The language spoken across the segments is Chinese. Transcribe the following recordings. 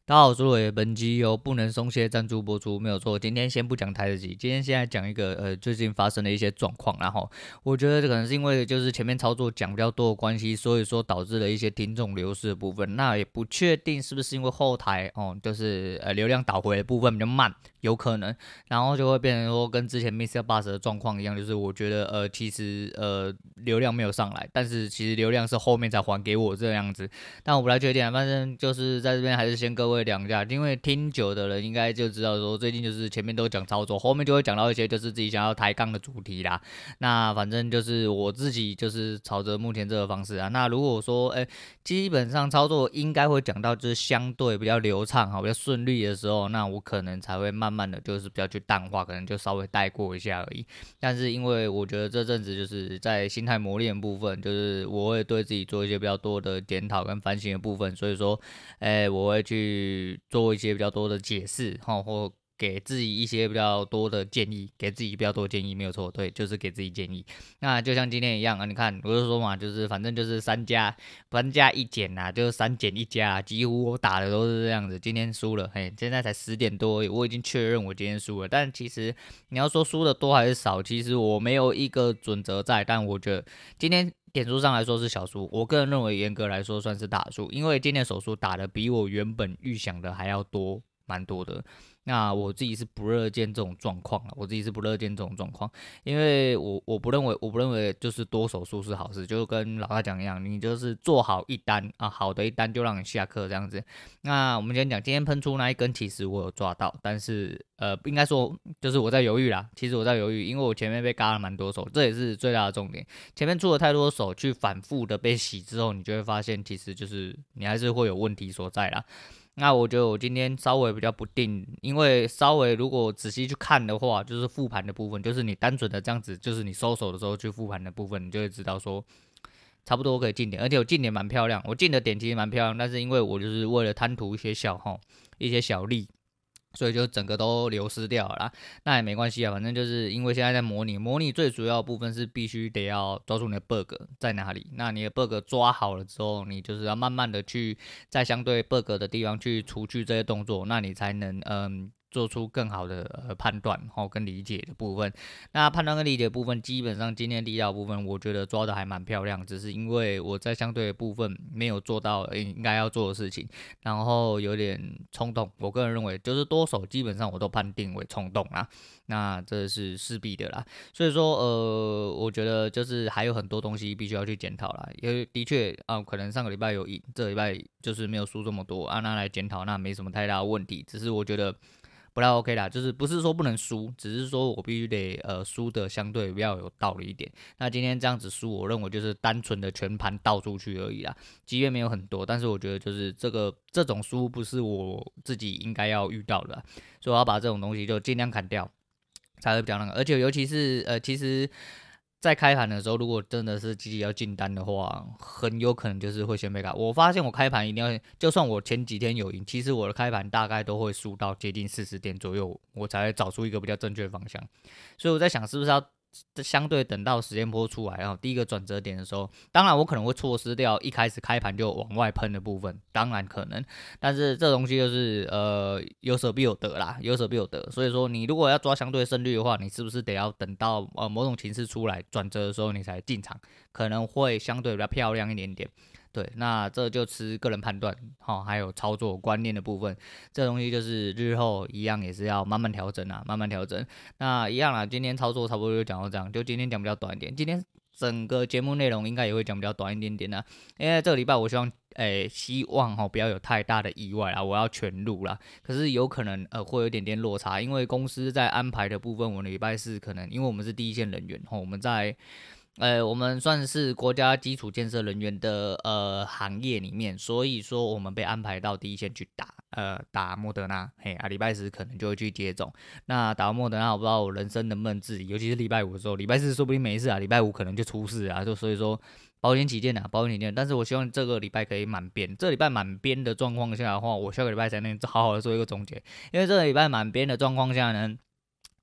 大家好，我是伟，本集由不能松懈赞助播出，没有错。今天先不讲台的集，今天现在讲一个最近发生的一些状况，然后我觉得这可能是因为就是前面操作讲比较多的关系，所以说导致了一些听众流失的部分。那也不确定是不是因为后台就是流量导回的部分比较慢，有可能，然后就会变成说跟之前 Mr. Bus 的状况一样，就是我觉得其实流量没有上来，但是其实流量是后面才还给我这样子。但我不太确定啊，反正就是在这边还是先各位量一下，因为听久的人应该就知道说，最近就是前面都讲操作，后面就会讲到一些就是自己想要抬杠的主题啦。那反正就是我自己就是朝着目前这个方式啊。那如果说基本上操作应该会讲到就是相对比较流畅比较顺利的时候，那我可能才会慢慢的就是比较去淡化，可能就稍微带过一下而已。但是因为我觉得这阵子就是在心态磨练部分，就是我会对自己做一些比较多的检讨跟反省的部分，所以说，我会去做一些比较多的解释，或给自己一些比较多的建议，给自己比较多的建议，没有错，对，就是给自己建议。那就像今天一样啊，你看，我就说嘛，就是反正就是三加一减啊，就是三减一加啊，几乎我打的都是这样子。今天输了，嘿，现在才10点多而已，我已经确认我今天输了。但其实你要说输的多还是少，其实我没有一个准则在，但我觉得今天点数上来说是小输，我个人认为严格来说算是大输，因为今天手术打的比我原本预想的还要多，蛮多的。那我自己是不乐见这种状况了，我自己是不乐见这种状况，因为我不认为就是多手术是好事，就跟老大讲一样，你就是做好一单啊，好的一单就让你下课这样子。那我们先讲今天喷出那一根，其实我有抓到，但是应该说就是我在犹豫啦，其实我在犹豫，因为我前面被嘎了蛮多手，这也是最大的重点。前面出了太多手去反复的被洗之后，你就会发现其实就是你还是会有问题所在啦。那我觉得我今天稍微比较不定，因为稍微如果仔细去看的话，就是复盘的部分，就是你单纯的这样子，就是你收手的时候去复盘的部分，你就会知道说差不多可以进点，而且我进点蛮漂亮，我进的点其实蛮漂亮，但是因为我就是为了贪图一些小利，所以就整个都流失掉了啦。那也没关系啊，反正就是因为现在在模拟，模拟最主要的部分是必须得要抓住你的 bug 在哪里。那你的 bug 抓好了之后，你就是要慢慢的去在相对 bug 的地方去除去这些动作，那你才能做出更好的判断跟理解的部分。那判断跟理解的部分，基本上今天第一道部分，我觉得抓的还蛮漂亮，只是因为我在相对的部分没有做到应该要做的事情，然后有点冲动。我个人认为，就是多手基本上我都判定为冲动啦，那这是势必的啦。所以说，我觉得就是还有很多东西必须要去检讨啦。因为的确啊，可能上个礼拜有赢，这个礼拜就是没有输这么多啊，那来检讨那没什么太大的问题，只是我觉得不太 OK 啦，就是不是说不能输，只是说我必须得输的相对比较有道理一点。那今天这样子输，我认为就是单纯的全盘倒出去而已啦，积怨没有很多，但是我觉得就是这种输不是我自己应该要遇到的啦，所以我要把这种东西就尽量砍掉，才会比较那个。而且尤其是其实在开盘的时候，如果真的是积极要进单的话，很有可能就是会先被卡。我发现我开盘一定要，就算我前几天有赢，其实我的开盘大概都会输到接近40点左右，我才会找出一个比较正确的方向。所以我在想，是不是要相对等到时间波出来，然后第一个转折点的时候，当然我可能会错失掉一开始开盘就往外喷的部分，当然可能，但是这东西就是有舍必有得啦，有舍必有得。所以说你如果要抓相对胜率的话，你是不是得要等到某种情势出来转折的时候你才进场，可能会相对比较漂亮一点点。对，那这就吃个人判断，还有操作观念的部分，这东西就是日后一样也是要慢慢调整啊，慢慢调整。那一样啦，今天操作差不多就讲到这样，就今天讲比较短一点，今天整个节目内容应该也会讲比较短一点点啦，因为这个礼拜我希望不要有太大的意外啦，我要全录啦，可是有可能会有一点点落差，因为公司在安排的部分，我的礼拜四可能因为我们是第一线人员我们在我们算是国家基础建设人员的行业里面，所以说我们被安排到第一线去打莫德纳，礼拜四可能就会去接种。那打完莫德纳，我不知道我人生能不能自理，尤其是礼拜五的时候，礼拜四说不定没事啊，礼拜五可能就出事啊，就所以说保险起见啊，保险起见。但是我希望这个礼拜可以满编，这个礼拜满编的状况下的话，我下个礼拜才能好好的做一个总结，因为这个礼拜满编的状况下呢。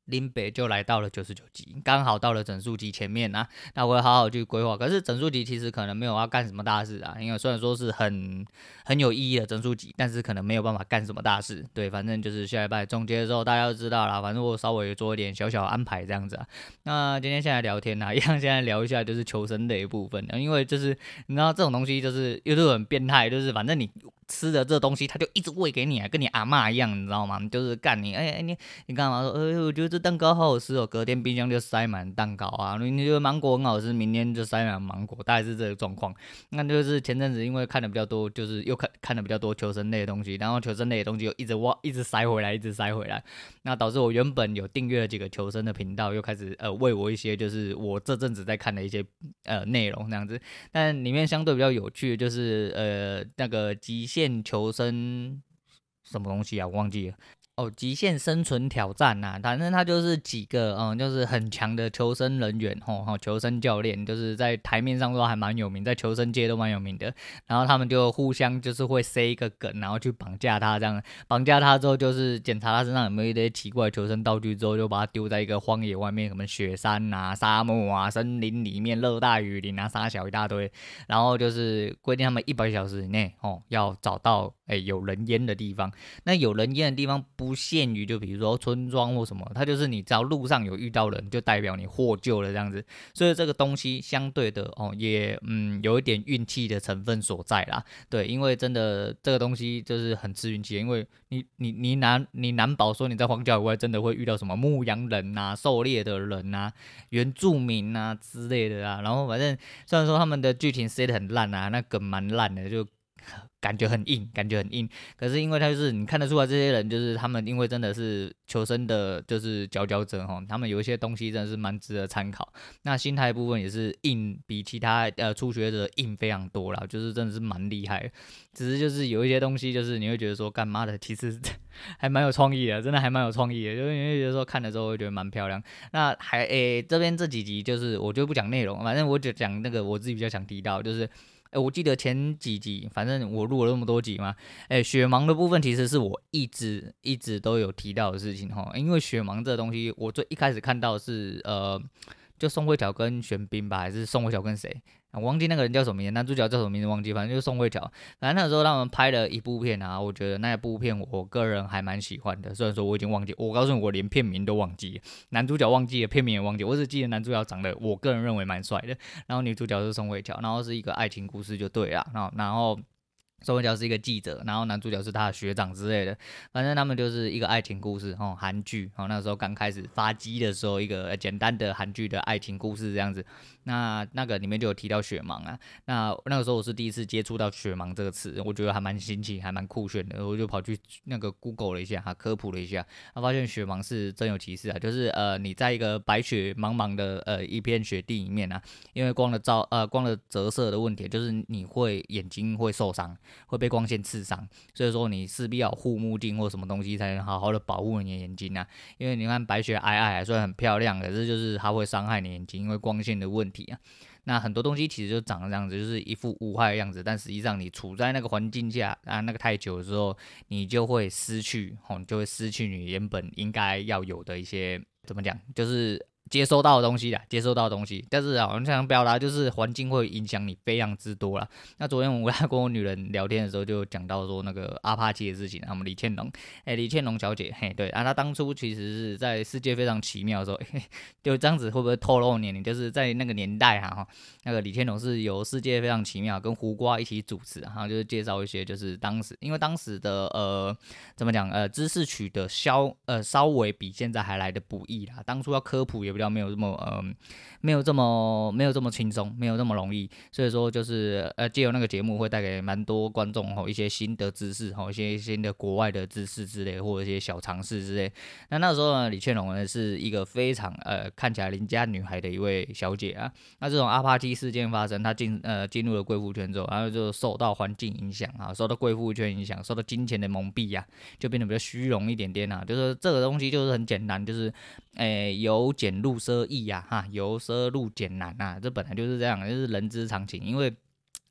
林北就来到了99集，刚好到了整数集前面啊，那我会好好去规划。可是整数集其实可能没有要干什么大事啊，因为虽然说是很有意义的整数集，但是可能没有办法干什么大事。对，反正就是下礼拜总结的时候大家都知道啦，反正我稍微做一点小小安排这样子啊。那今天现在聊天啊，一样现在聊一下就是求生的一部分，因为就是你知道这种东西就是有点很变态，就是反正你吃的这东西，他就一直喂给你啊，跟你阿嬷一样，你知道吗？就是干你，你干嘛说？我觉得这蛋糕好好吃哦，隔天冰箱就塞满蛋糕啊。你觉得芒果很好吃，明天就塞满芒果，大概是这个状况。那就是前阵子因为看的比较多，就是又看的比较多求生类的东西，然后求生类的东西又一直塞回来，一直塞回来，那导致我原本有订阅了几个求生的频道，又开始喂我一些就是我这阵子在看的一些内容这样子。但里面相对比较有趣的就是那个极限求生什么东西啊，我忘记了。哦，极限生存挑战呐、反正他就是几个就是很强的求生人员求生教练，就是在台面上都还蛮有名，在求生界都蛮有名的。然后他们就互相就是会塞一个梗，然后去绑架他，这样绑架他之后就是检查他身上有没有一些奇怪的求生道具，之后就把他丢在一个荒野外面，什么雪山啊、沙漠啊、森林里面、热带雨林啊、沙小一大堆。然后就是规定他们100小时以内要找到有人烟的地方。那有人烟的地方不限于就比如说村庄或什么，它就是你只要路上有遇到人，就代表你获救了这样子。所以这个东西相对的也有一点运气的成分所在啦。对，因为真的这个东西就是很吃运气，因为你难保说你在荒郊以外真的会遇到什么牧羊人啊、狩猎的人啊、原住民啊之类的啊。然后反正虽然说他们的剧情塞得很烂啊，那梗蛮烂的，就感觉很硬，感觉很硬。可是因为他就是你看得出来，这些人就是他们，因为真的是求生的，就是佼佼者哈。他们有一些东西真的是蛮值得参考。那心态部分也是硬，比其他初学者硬非常多啦，就是真的是蛮厉害的。只是就是有一些东西，就是你会觉得说，干妈的其实还蛮有创意的，真的还蛮有创意的。就是你会觉得说看的时候会觉得蛮漂亮。那这边这几集就是我就不讲内容，反正我就讲那个我自己比较想提到，就是。我记得前几集，反正我录了那么多集嘛，雪盲的部分其实是我一直都有提到的事情哈，因为雪盲这个东西，我最一开始看到是就宋慧乔跟玄彬吧，还是宋慧乔跟谁？我忘记那个人叫什么名字，男主角叫什么名字忘记，反正就是宋慧乔。反正那时候他们拍了一部片啊，我觉得那部片我个人还蛮喜欢的。虽然说我已经忘记，我告诉你，我连片名都忘记了，男主角忘记了，片名也忘记，我只记得男主角长得我个人认为蛮帅的，然后女主角是宋慧乔，然后是一个爱情故事就对了，然后宋慧乔是一个记者，然后男主角是他的学长之类的，反正他们就是一个爱情故事韩剧那时候刚开始发迹的时候，一个简单的韩剧的爱情故事这样子。那个里面就有提到雪盲啊，那个时候我是第一次接触到雪盲这个词，我觉得还蛮新奇，还蛮酷炫的，我就跑去那个 Google 了一下，科普了一下，发现雪盲是真有其事啊，就是你在一个白雪茫茫的一片雪地里面啊，因为光的折射的问题，就是你会眼睛会受伤，会被光线刺伤，所以说你势必要护目镜或什么东西才能好好的保护你的眼睛啊，因为你看白雪皑皑虽然很漂亮，可是就是它会伤害你眼睛，因为光线的问题啊。那很多东西其实就长得这样子，就是一副无害的样子，但实际上你处在那个环境下啊，那个太久的时候，你就会失去你就会失去你原本应该要有的一些怎么讲，就是接收到的东西啦，接收到的东西，但是好像想表达就是环境会影响你非常之多啦。那昨天我跟我女人聊天的时候，就讲到说那个阿帕奇的事情，他们李倩龙，李倩龙小姐，对啊，她当初其实是在世界非常奇妙的时候，就这样子会不会透露年龄？就是在那个年代那个李倩龙是由世界非常奇妙跟胡瓜一起主持，就是介绍一些就是因为当时的怎么讲知识取得稍微比现在还来的不易啦，当初要科普也比较没有这么轻松，没有这么容易，所以说就是借由那个节目会带给蛮多观众一些新的知识一些新的国外的知识之类，或者一些小常识之类。那时候呢，李倩龙呢是一个非常看起来邻家女孩的一位小姐啊。那这种阿帕奇事件发生，她进入了贵妇圈之后，然后就受到环境影响啊，受到贵妇圈影响，受到金钱的蒙蔽啊，就变得比较虚荣一点点啊。就是这个东西就是很简单，就是由俭入奢易啊，由奢入俭难啊，这本来就是这样，就是人之常情。因为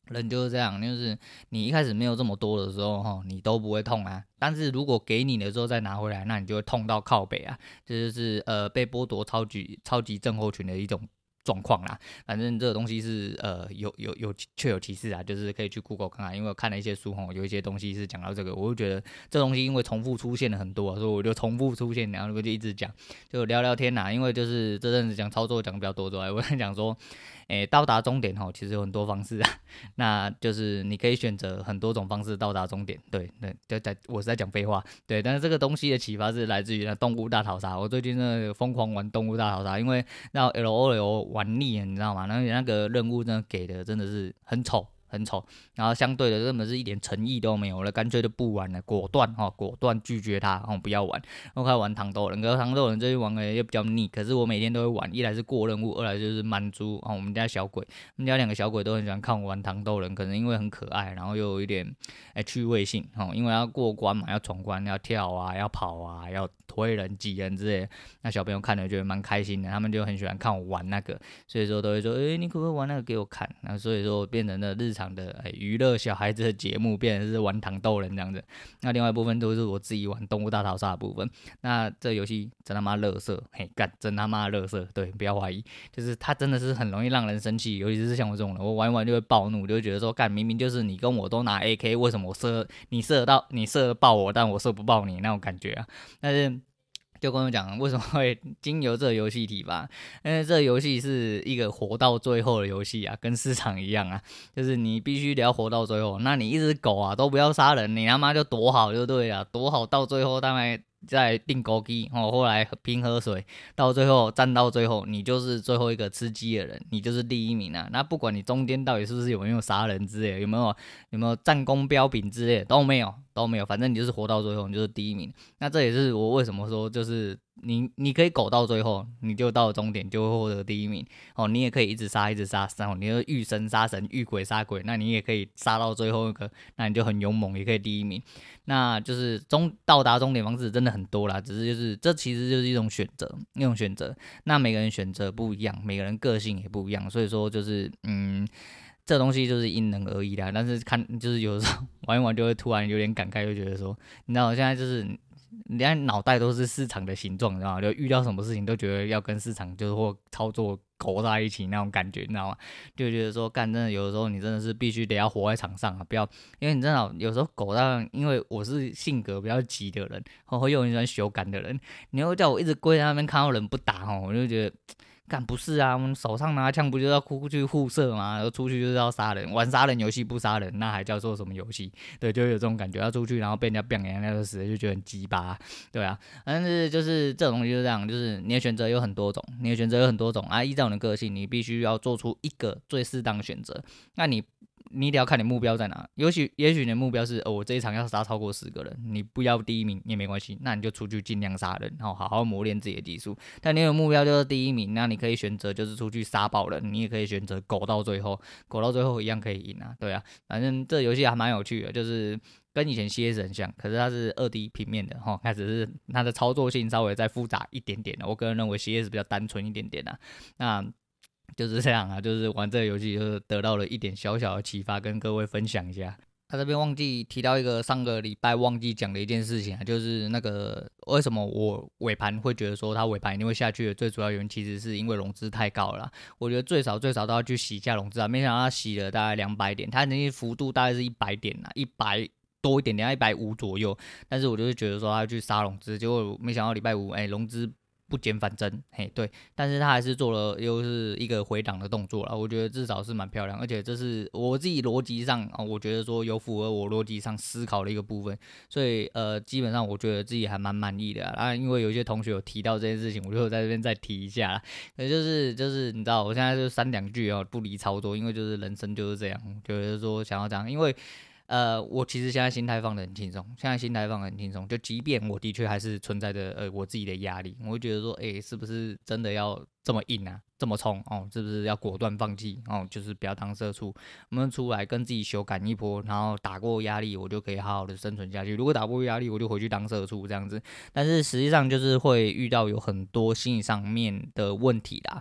人就是这样，就是你一开始没有这么多的时候，你都不会痛啊。但是如果给你的时候再拿回来，那你就会痛到靠北啊。这就是被剥夺超级症候群的一种状况啦。反正这个东西是确有其事啊，就是可以去 Google 看看，因为我看了一些书有一些东西是讲到这个，我就觉得这东西因为重复出现了很多，所以我就重复出现，然后我就一直讲，就聊聊天啦。因为就是这阵子讲操作讲比较多之外，我在讲说。到达终点其实有很多方式啊，那就是你可以选择很多种方式到达终点。对，我是在讲废话，对，但是这个东西的启发是来自于那动物大逃杀。我最近真的疯狂玩动物大逃杀，因为让 LOL 玩腻了，你知道吗？那个任务真的给的真的是很丑。很丑，然后相对的根本是一点诚意都没有了，干脆就不玩了，果断拒绝他，不要玩。我开始玩糖豆人，可是糖豆人这一玩也比较腻，可是我每天都会玩，一来是过任务，二来就是满足我们家小鬼，我们家2个小鬼都很喜欢看我玩糖豆人，可能因为很可爱，然后又有一点趣味性因为要过关嘛，要闯关，要跳啊，要跑啊，要推人挤人之类的，那小朋友看了觉得蛮开心的，他们就很喜欢看我玩那个，所以说都会说，你可不可以玩那个给我看？那所以说变成了日常的娱乐小孩子的节目，变成是玩糖豆人这样子。那另外一部分都是我自己玩动物大逃杀的部分。那这游戏真他妈垃圾，真他妈垃圾，对，不要怀疑，就是它真的是很容易让人生气，尤其是像我这种人，我玩一玩就会暴怒，就会觉得说，明明就是你跟我都拿 AK， 为什么你射得爆我，但我射不爆你那种感觉啊？但是。就跟我讲，为什么会经由这个游戏体吧？因为这个游戏是一个活到最后的游戏啊，跟市场一样啊，就是你必须得要活到最后。那你一只狗啊都不要杀人，你他妈就躲好就对了，躲好到最后，大概再定钩机后来拼喝水，到最后站到最后，你就是最后一个吃鸡的人，你就是第一名啊。那不管你中间到底是不是有没有杀人之类的，有没有战功彪炳之类的都没有，反正你就是活到最后，你就是第一名。那这也是我为什么说就是你可以苟到最后，你就到了终点就会获得第一名你也可以一直杀，你就遇神杀神，遇鬼杀鬼，那你也可以杀到最后一个，那你就很勇猛，也可以第一名。那就是到达终点方式真的很多啦，只是就是这其实就是一种选择，那每个人选择不一样，每个人个性也不一样，所以说就是这东西就是因人而异啦。但是就是有时候玩一玩就会突然有点感慨，就觉得说，你知道我现在就是你看脑袋都是市场的形状，你知道吗？就遇到什么事情都觉得要跟市场就是或操作勾在一起那种感觉，你知道吗？就觉得说真的有的时候你真的是必须得要活在场上啊，不要因为你真的有时候狗到，因为我是性格比较急的人，又很喜欢修改的人，你又叫我一直跪在那边看到人不打我就觉得。不是啊，我们手上拿枪不就要出去互射吗？然后出去就是要杀人，玩杀人游戏不杀人，那还叫做什么游戏？对，就有这种感觉，要出去然后被人家扁人家就死了，就觉得很鸡巴，对啊。但是就是这种东西就是这样，就是你的选择有很多种，啊，依照你的个性，你必须要做出一个最适当的选择。那你得要看你目标在哪，也许你的目标是我这一场要杀超过10个人，你不要第一名也没关系，那你就出去尽量杀人，然后好好磨练自己的技术。但你有目标就是第一名，那你可以选择就是出去杀爆人，你也可以选择苟到最后一样可以赢啊，对啊，反正这游戏还蛮有趣的，就是跟以前 CS 很像，可是它是2D 平面的它只是它的操作性稍微再复杂一点点的，我个人认为 CS 比较单纯一点点啊，那。就是这样啊，就是玩这个游戏，就是得到了一点小小的启发，跟各位分享一下。他这边忘记提到一个上个礼拜忘记讲的一件事情啊，就是那个为什么我尾盘会觉得说它尾盘一定会下去的最主要原因，其实是因为融资太高了啦。我觉得最少都要去洗一下融资啊，没想到它洗了大概200点，它那些幅度大概是100点啦，100多一点点，150左右。但是我就是觉得说他去杀融资，结果没想到礼拜五融资。不减反增，对，但是他还是做了又是一个回档的动作啦，我觉得至少是蛮漂亮，而且这是我自己逻辑上我觉得说有符合我逻辑上思考的一个部分，所以基本上我觉得自己还蛮满意的啊，因为有些同学有提到这件事情，我就在这边再提一下啦，就是你知道我现在就3-2句不离操作，因为就是人生就是这样，就是说想要这样，因为。我其实现在心态放得很轻松，就即便我的确还是存在着我自己的压力，我会觉得说，是不是真的要这么硬啊，这么冲是不是要果断放弃就是不要当社畜，我们出来跟自己修改一波，然后打过压力，我就可以好好的生存下去。如果打不过压力，我就回去当社畜这样子。但是实际上就是会遇到有很多心理上面的问题啦。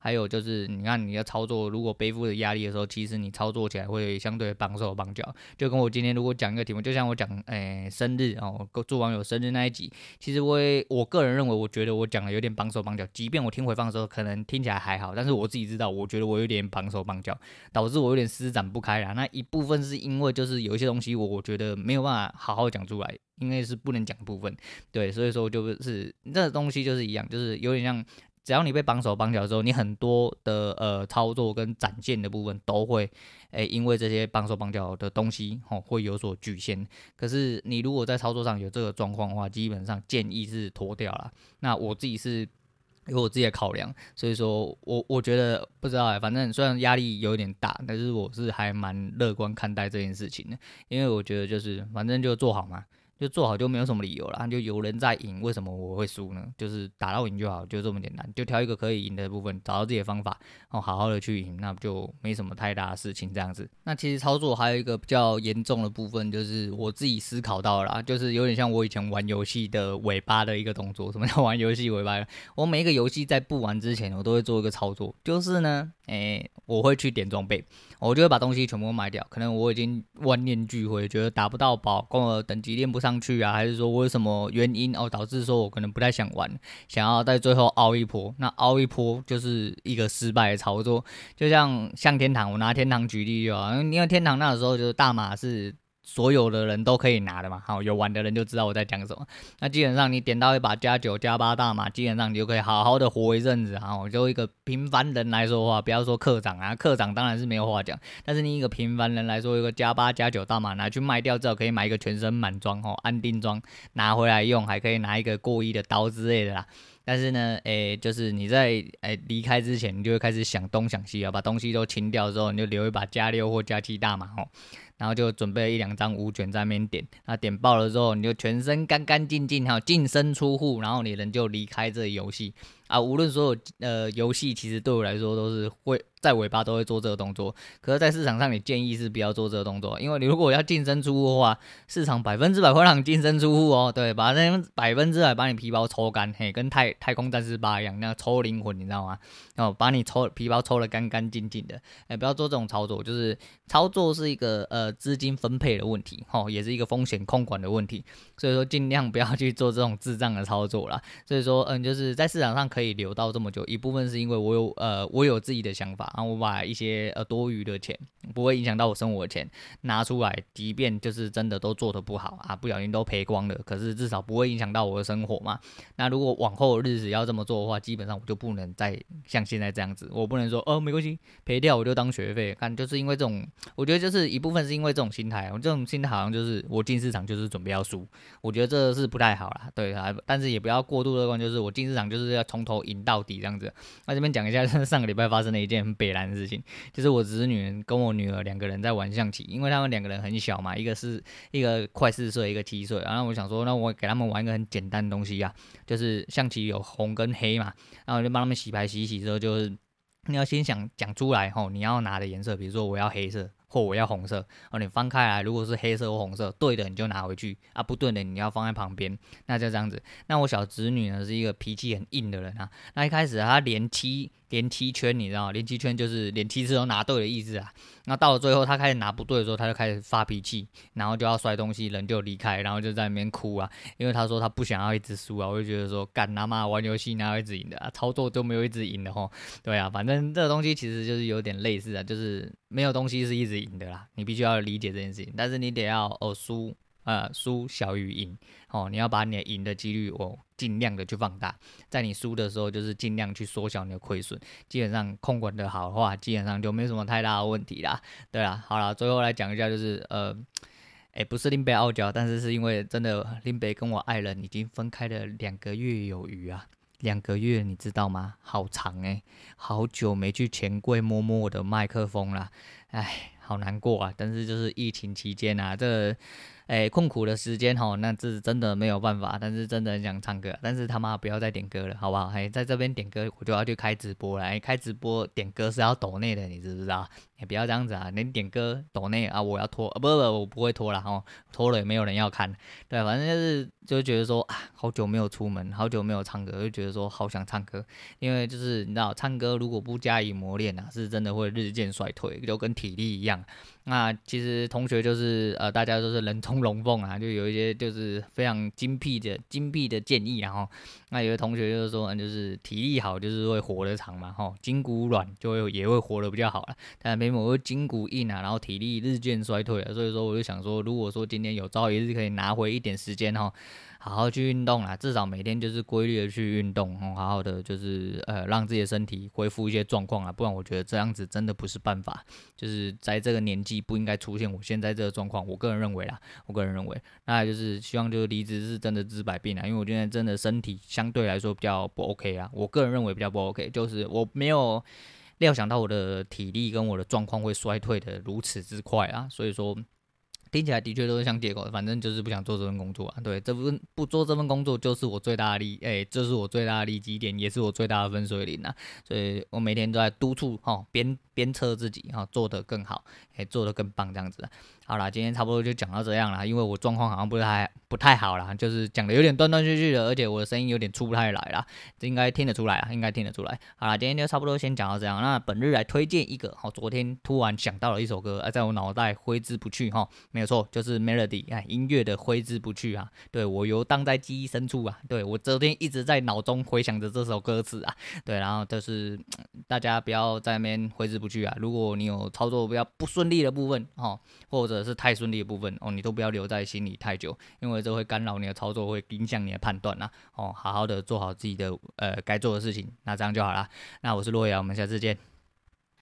还有就是你看你要操作，如果背负的压力的时候，其实你操作起来会相对绑手绑脚。就跟我今天如果讲一个题目，就像我讲生日哦，祝网友生日那一集，其实我个人认为，我觉得我讲的有点绑手绑脚，即便我听回放的时候可能听起来还好，但是我自己知道，我觉得我有点绑手绑脚，导致我有点施展不开啦。那一部分是因为就是有一些东西我觉得没有办法好好讲出来，因为是不能讲的部分，对，所以说就是这个东西就是一样，就是有点像。只要你被绑手绑脚之后，你很多的操作跟展现的部分都会，因为这些绑手绑脚的东西会有所局限。可是你如果在操作上有这个状况的话，基本上建议是脱掉啦。那我自己是有我自己的考量，所以说我觉得不知道反正虽然压力有点大，但是我是还蛮乐观看待这件事情的，因为我觉得就是反正就做好嘛。就做好就没有什么理由了，就有人在赢，为什么我会输呢？就是打到赢就好，就这么简单，就挑一个可以赢的部分，找到自己的方法，好好的去赢，那就没什么太大的事情这样子。那其实操作还有一个比较严重的部分，就是我自己思考到了啦，就是有点像我以前玩游戏的尾巴的一个动作。什么叫玩游戏尾巴？我每一个游戏在不玩之前，我都会做一个操作，就是呢，我会去点装备。我就会把东西全部卖掉，可能我已经万念俱灰，觉得打不到宝，跟我等级练不上去啊，还是说我有什么原因导致说我可能不太想玩，想要在最后凹一波，那凹一波就是一个失败的操作，就像天堂，我拿天堂举例就好，因为天堂那个时候就是大马是所有的人都可以拿的嘛，好，有玩的人就知道我在讲什么。那基本上你点到一把加9加8大马，基本上你就可以好好的活一阵子啊。就一个平凡人来说的话，不要说课长啊，课长当然是没有话讲，但是你一个平凡人来说，一个加8加9大马拿去卖掉，至少可以买一个全身满装安定装拿回来用，还可以拿一个过亿的刀之类的啦。但是呢，就是你在离开之前，你就会开始想东想西啊，把东西都清掉之后，你就留一把加6或加7大马然后就准备了1-2张5卷在那边点，那点爆了之后，你就全身干干净净，净身出户，然后你人就离开这个游戏啊。无论所有游戏，其实对我来说都是会在尾巴都会做这个动作，可是，在市场上你建议是不要做这个动作，因为你如果要净身出户的话，市场100%会让你净身出户对，把那100%把你皮包抽干，跟太空战士8一样，那抽灵魂，你知道吗？把你皮包抽得干干净净的，不要做这种操作，就是操作是一个资金分配的问题，也是一个风险控管的问题，所以说尽量不要去做这种智障的操作啦。所以说，就是在市场上可以留到这么久，一部分是因为我有自己的想法，然后我把一些多余的钱，不会影响到我生活的钱拿出来，即便就是真的都做得不好啊，不小心都赔光了，可是至少不会影响到我的生活嘛。那如果往后的日子要这么做的话，基本上我就不能再像现在这样子，我不能说没关系，赔掉我就当学费，看就是因为这种，我觉得就是一部分是因为这种心态，我这种心态好像就是我进市场就是准备要输，我觉得这是不太好啦，对啊，但是也不要过度乐观，就是我进市场就是要从头赢到底这样子。那这边讲一下上个礼拜发生的一件很北蓝的事情，就是我侄女跟我女儿2个人在玩象棋，因为他们2个人很小嘛，一个快4岁，一个7岁，然后我想说，那我给他们玩一个很简单的东西啊，就是象棋有红跟黑嘛，然后我就帮他们洗牌洗一洗之后，就是你要先讲出来你要拿的颜色，比如说我要黑色或我要红色你翻开来，如果是黑色或红色，对的你就拿回去啊，不对的你要放在旁边，那就这样子。那我小侄女呢是一个脾气很硬的人啊，那一开始她连七圈，你知道吗？连7圈就是连7次都拿对的意思啊。那到了最后，他开始拿不对的时候，他就开始发脾气，然后就要摔东西，人就离开，然后就在那边哭啊。因为他说他不想要一直输啊，我就觉得说，干他妈玩游戏哪有一直赢的啊？操作都没有一直赢的吼。对啊，反正这个东西其实就是有点类似啊，就是没有东西是一直赢的啦，你必须要理解这件事情，但是你得要输小于赢你要把你的赢的几率尽量的去放大，在你输的时候就是尽量去缩小你的亏损，基本上控管的好的话，基本上就没什么太大的问题啦。对啦，好啦，最后来讲一下就是不是林北傲娇，但是是因为真的林北跟我爱人已经分开了2个月有余啊。2个月你知道吗？好长好久没去钱柜摸摸我的麦克风啦，好难过啊！但是就是疫情期间啊， 困苦的时间那这是真的没有办法，但是真的很想唱歌，但是他妈不要再点歌了，好不好？在这边点歌我就要去开直播了，开直播点歌是要抖内的，你知不知道？不要这样子啊！你点歌抖内啊，我要拖不，我不会拖了拖了也没有人要看。对，反正就觉得说啊，好久没有出门，好久没有唱歌，就觉得说好想唱歌，因为就是你知道，唱歌如果不加以磨练啊，是真的会日渐衰退，就跟体力一样。那其实同学就是大家都是人中龙凤啊，就有一些就是非常精辟的建议，然后那有的同学就是说，就是体力好就是会活得长嘛，筋骨软也会活得比较好了。但没某个筋骨硬啊，然后体力日渐衰退了，所以说我就想说，如果说今天有朝一日可以拿回一点时间好好去运动啦，至少每天就是规律的去运动好好的就是让自己的身体恢复一些状况啊，不然我觉得这样子真的不是办法，就是在这个年纪不应该出现我现在这个状况，我个人认为，那就是希望就是离职是真的治百病啊，因为我现在真的身体相对来说比较不 OK 啊，我个人认为比较不 OK，就是我没有料想到我的体力跟我的状况会衰退的如此之快啊，所以说听起来的确都是像借口，反正就是不想做这份工作啊。对，不做这份工作就是我最大的这是我最大的利基点，也是我最大的分水岭啊。所以我每天都在督促鞭策自己做得更好，做得更棒这样子。好啦，今天差不多就讲到这样啦，因为我状况好像不太好啦，就是讲的有点断断续续的，而且我的声音有点出不太来啦，这应该听得出来啊，应该听得出来。好啦，今天就差不多先讲到这样。那本日来推荐一个昨天突然想到了一首歌，在我脑袋挥之不去没有错，就是 Melody 音乐的挥之不去啊。对，我游荡在记忆深处啊，对我昨天一直在脑中回想着这首歌词啊。对，然后就是大家不要在那边挥之不去啊。如果你有操作比较不顺利的部分或者是太顺利的部分你都不要留在心里太久，因为这会干扰你的操作，会影响你的判断好好的做好自己的该做的事情，那这样就好啦。那我是洛阳，我们下次见。